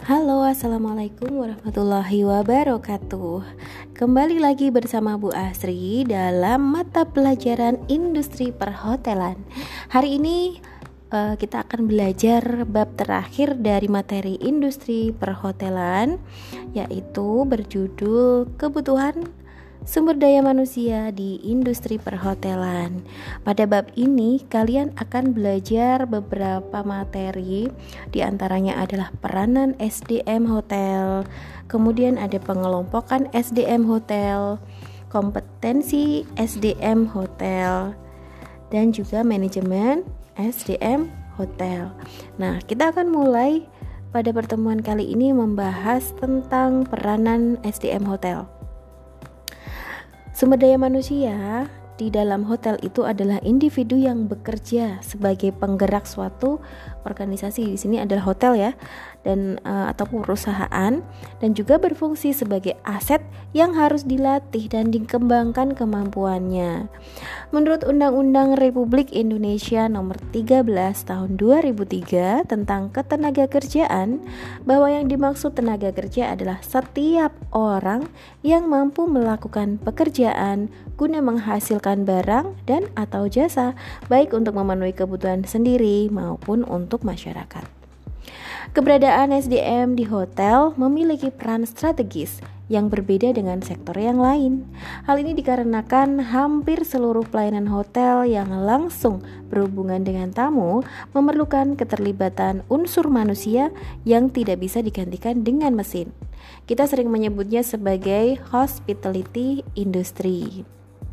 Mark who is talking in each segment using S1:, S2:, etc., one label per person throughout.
S1: Halo, assalamualaikum warahmatullahi wabarakatuh. Kembali lagi bersama Bu Asri dalam mata pelajaran industri perhotelan. Hari ini kita akan belajar bab terakhir dari materi industri perhotelan, yaitu berjudul kebutuhan sumber daya manusia di industri perhotelan. Pada bab ini kalian akan belajar beberapa materi, di antaranya adalah peranan SDM hotel, kemudian ada pengelompokan SDM hotel, kompetensi SDM hotel, dan juga manajemen SDM hotel. Nah, kita akan mulai pada pertemuan kali ini membahas tentang peranan SDM hotel. Sumber daya manusia di dalam hotel itu adalah individu yang bekerja sebagai penggerak suatu organisasi. Di sini adalah hotel ya, dan atau perusahaan, dan juga berfungsi sebagai aset yang harus dilatih dan dikembangkan kemampuannya. Menurut Undang-Undang Republik Indonesia Nomor 13 Tahun 2003 tentang Ketenagakerjaan, bahwa yang dimaksud tenaga kerja adalah setiap orang yang mampu melakukan pekerjaan guna menghasilkan barang dan atau jasa, baik untuk memenuhi kebutuhan sendiri maupun untuk masyarakat. Keberadaan SDM di hotel memiliki peran strategis yang berbeda dengan sektor yang lain. Hal ini dikarenakan hampir seluruh pelayanan hotel yang langsung berhubungan dengan tamu memerlukan keterlibatan unsur manusia yang tidak bisa digantikan dengan mesin. Kita sering menyebutnya sebagai hospitality industry.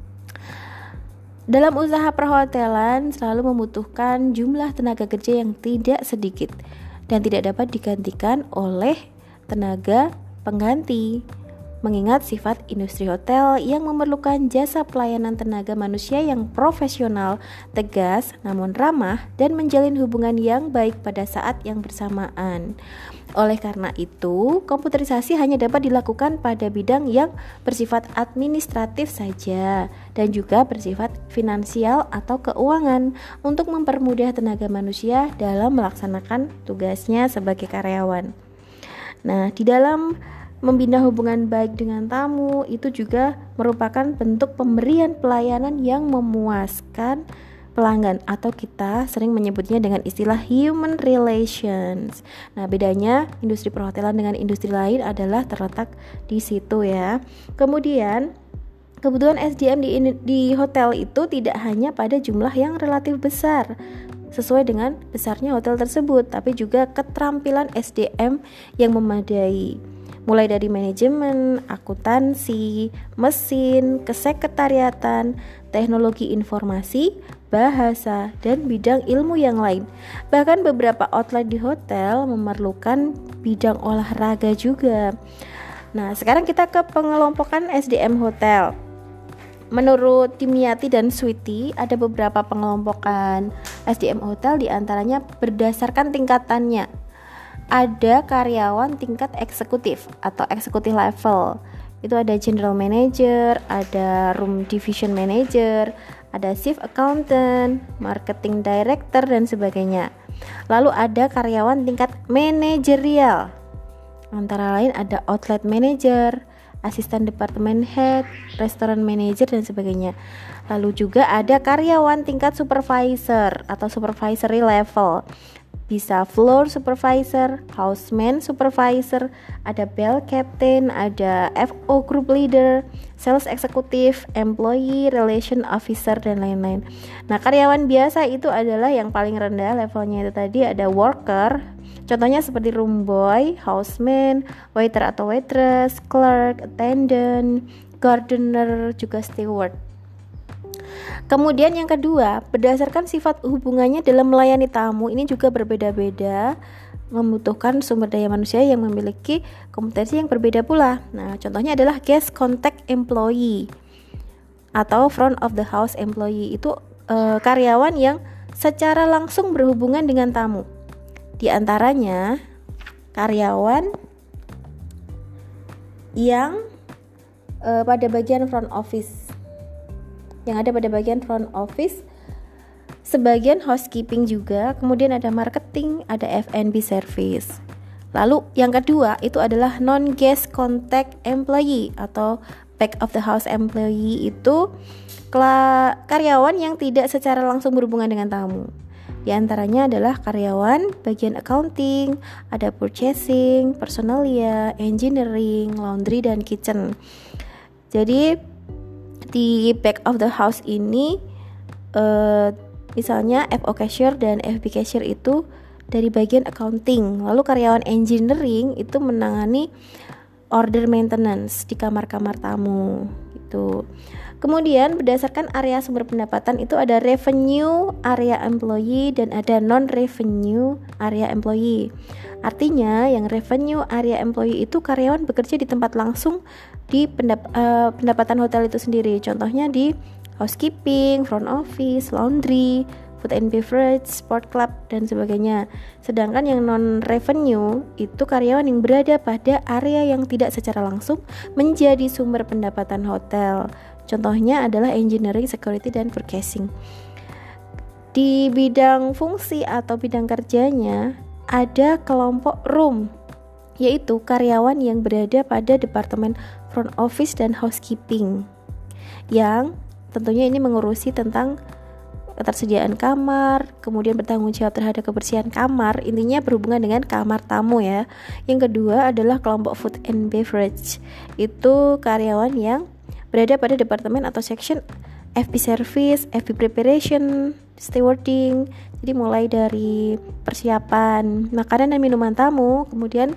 S1: Dalam usaha perhotelan selalu membutuhkan jumlah tenaga kerja yang tidak sedikit dan tidak dapat digantikan oleh tenaga pengganti, mengingat sifat industri hotel yang memerlukan jasa pelayanan tenaga manusia yang profesional, tegas, namun ramah, dan menjalin hubungan yang baik pada saat yang bersamaan. Oleh karena itu, komputerisasi hanya dapat dilakukan pada bidang yang bersifat administratif saja dan juga bersifat finansial atau keuangan untuk mempermudah tenaga manusia dalam melaksanakan tugasnya sebagai karyawan. Nah, di dalam membina hubungan baik dengan tamu itu juga merupakan bentuk pemberian pelayanan yang memuaskan pelanggan, atau kita sering menyebutnya dengan istilah human relations. Nah, bedanya industri perhotelan dengan industri lain adalah terletak di situ ya. Kemudian kebutuhan SDM di hotel itu tidak hanya pada jumlah yang relatif besar sesuai dengan besarnya hotel tersebut, tapi juga keterampilan SDM yang memadai, mulai dari manajemen, akuntansi, mesin, kesekretariatan, teknologi informasi, bahasa, dan bidang ilmu yang lain. Bahkan beberapa outlet di hotel memerlukan bidang olahraga juga. Nah, sekarang kita ke pengelompokan SDM hotel. Menurut Dimyati dan Sweety, ada beberapa pengelompokan SDM hotel, diantaranya berdasarkan tingkatannya. Ada karyawan tingkat eksekutif atau eksekutif level. Itu ada general manager, ada room division manager, ada chief accountant, marketing director, dan sebagainya. Lalu ada karyawan tingkat manajerial. Antara lain ada outlet manager, asisten departemen head, restoran manager, dan sebagainya. Lalu juga ada karyawan tingkat supervisor atau supervisory level. Bisa floor supervisor, houseman supervisor, ada bell captain, ada FO group leader, sales executive, employee relation officer, dan lain-lain. Nah, karyawan biasa itu adalah yang paling rendah levelnya, itu tadi ada worker. Contohnya seperti room boy, houseman, waiter atau waitress, clerk, attendant, gardener, juga steward. Kemudian yang kedua, berdasarkan sifat hubungannya dalam melayani tamu, ini juga berbeda-beda, membutuhkan sumber daya manusia yang memiliki kompetensi yang berbeda pula. Nah, contohnya adalah guest contact employee atau front of the house employee. Itu karyawan yang secara langsung berhubungan dengan tamu. Di antaranya karyawan yang pada bagian front office, sebagian housekeeping juga, kemudian ada marketing, ada F&B service. Lalu yang kedua itu adalah non-guest contact employee atau back of the house employee, itu karyawan yang tidak secara langsung berhubungan dengan tamu. Di antaranya adalah karyawan bagian accounting, ada purchasing, personalia, engineering, laundry, dan kitchen. Jadi di back of the house ini misalnya FO cashier dan FB cashier itu dari bagian accounting. Lalu karyawan engineering itu menangani order maintenance di kamar-kamar tamu gitu. Kemudian berdasarkan area sumber pendapatan itu ada revenue area employee dan ada non-revenue area employee. Artinya yang revenue area employee itu karyawan bekerja di tempat langsung di pendapatan hotel itu sendiri. Contohnya di housekeeping, front office, laundry, food and beverage, sport club, dan sebagainya. Sedangkan yang non-revenue itu karyawan yang berada pada area yang tidak secara langsung menjadi sumber pendapatan hotel. Contohnya adalah engineering, security, dan purchasing. Di bidang fungsi atau bidang kerjanya ada kelompok room, yaitu karyawan yang berada pada departemen front office dan housekeeping, yang tentunya ini mengurusi tentang ketersediaan kamar, kemudian bertanggung jawab terhadap kebersihan kamar, intinya berhubungan dengan kamar tamu ya. Yang kedua adalah kelompok food and beverage, itu karyawan yang berada pada departemen atau section FB service, FB preparation, stewarding. Jadi mulai dari persiapan makanan dan minuman tamu, kemudian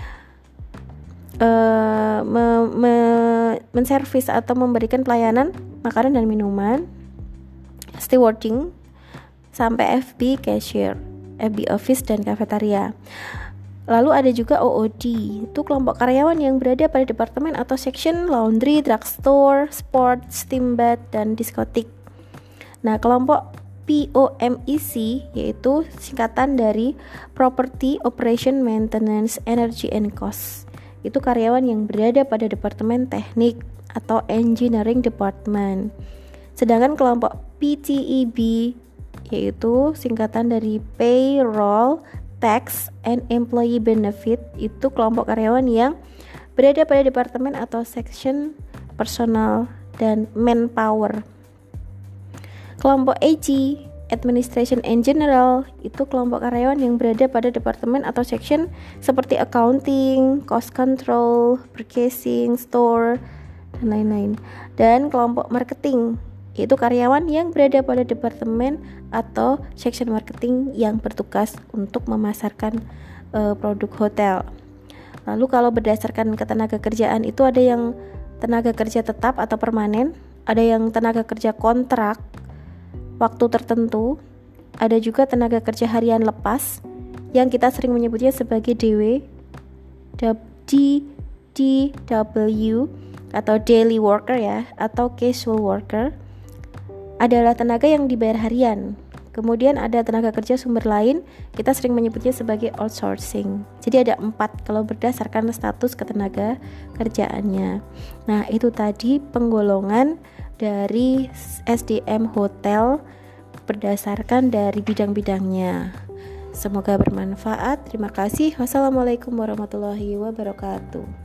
S1: menservis atau memberikan pelayanan makanan dan minuman, stewarding, sampai FB cashier, FB office, dan cafeteria. Lalu ada juga OOD, itu kelompok karyawan yang berada pada departemen atau section laundry, drugstore, sport, steam bath, dan diskotik. Nah, kelompok POMEC yaitu singkatan dari Property, Operation, Maintenance, Energy, and Cost. Itu karyawan yang berada pada departemen teknik atau engineering department. Sedangkan kelompok PTEB yaitu singkatan dari Payroll, Tax, and Employee Benefit, itu kelompok karyawan yang berada pada departemen atau section personal dan manpower. Kelompok AG, Administration and General, itu kelompok karyawan yang berada pada departemen atau section seperti accounting, cost control, purchasing, store, dan lain-lain. Dan kelompok marketing, yaitu karyawan yang berada pada departemen atau section marketing yang bertugas untuk memasarkan produk hotel. Lalu kalau berdasarkan ketenaga kerjaan itu ada yang tenaga kerja tetap atau permanen, ada yang tenaga kerja kontrak waktu tertentu, ada juga tenaga kerja harian lepas yang kita sering menyebutnya sebagai DW, DW atau daily worker ya, atau casual worker, adalah tenaga yang dibayar harian. Kemudian ada tenaga kerja sumber lain, kita sering menyebutnya sebagai outsourcing. Jadi ada 4 kalau berdasarkan status ketenaga kerjaannya. Nah, itu tadi penggolongan dari SDM hotel berdasarkan dari bidang-bidangnya. Semoga bermanfaat. Terima kasih. Wassalamualaikum warahmatullahi wabarakatuh.